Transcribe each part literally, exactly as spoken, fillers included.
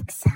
レクサ。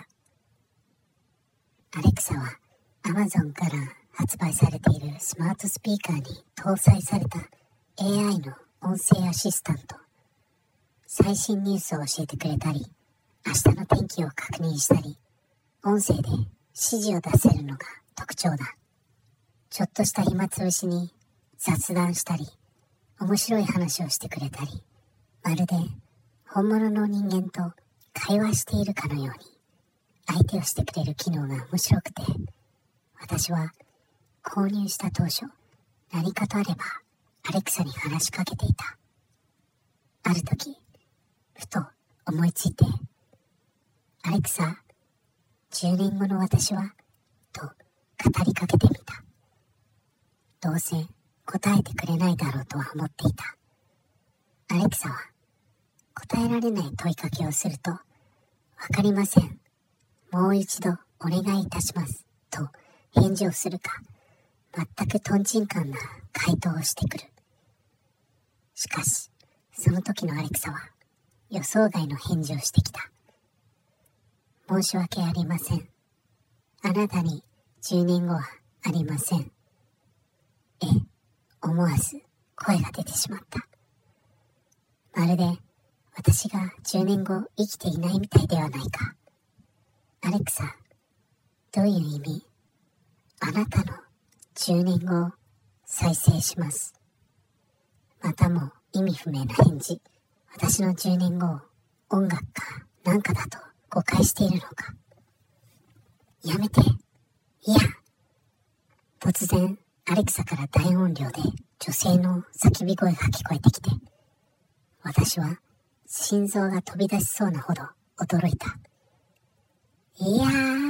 アレクサは Amazon から発売されているスマートスピーカーに搭載された エーアイ の音声アシスタント。最新ニュースを教えてくれたり、明日の天気を確認したり、音声で指示を出せるのが特徴だ。ちょっとした暇つぶしに雑談したり、面白い話をしてくれたり、まるで本物の人間と会話しているかのように相手をしてくれる機能が面白くて、私は購入した当初、何かとあればアレクサに話しかけていた。ある時、ふと思いついて、アレクサ、じゅうねんごの私はと語りかけてみた。どうせ答えてくれないだろうとは思っていた。アレクサは答えられない問いかけをすると、わかりません。もう一度お願いいたします。と返事をするか、全くトンチンカンな回答をしてくる。しかし、その時のアレクサは予想外の返事をしてきた。申し訳ありません。あなたにじゅうねんごはありません。え、思わず声が出てしまった。まるで私がじゅうねんご生きていないみたいではないか。アレクサ、どういう意味？あなたのじゅうねんごを再生します。またも意味不明な返事。私のじゅうねんごを音楽かなんかだと誤解しているのか。やめて。いや。突然、アレクサから大音量で女性の叫び声が聞こえてきて、私は心臓が飛び出しそうなほど驚いた。いや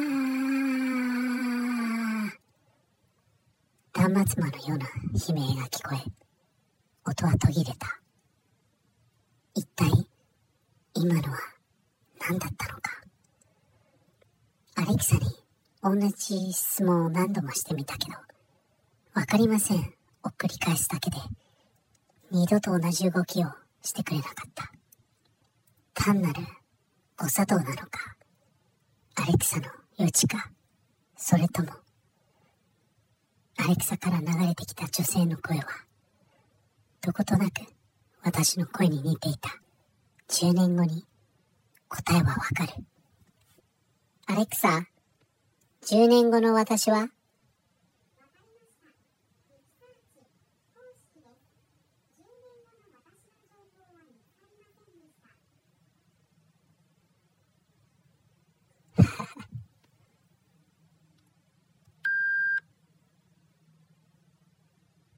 ー。断末魔のような悲鳴が聞こえ、音は途切れた。一体、今のは何だったのか。アレクサに同じ質問を何度もしてみたけど、わかりませんを繰り返すだけで、二度と同じ動きをしてくれなかった。単なる誤作動なのか、アレクサの余地か、それとも、アレクサから流れてきた女性の声は、どことなく私の声に似ていた。じゅうねんごに答えはわかる。アレクサ、じゅうねんごの私は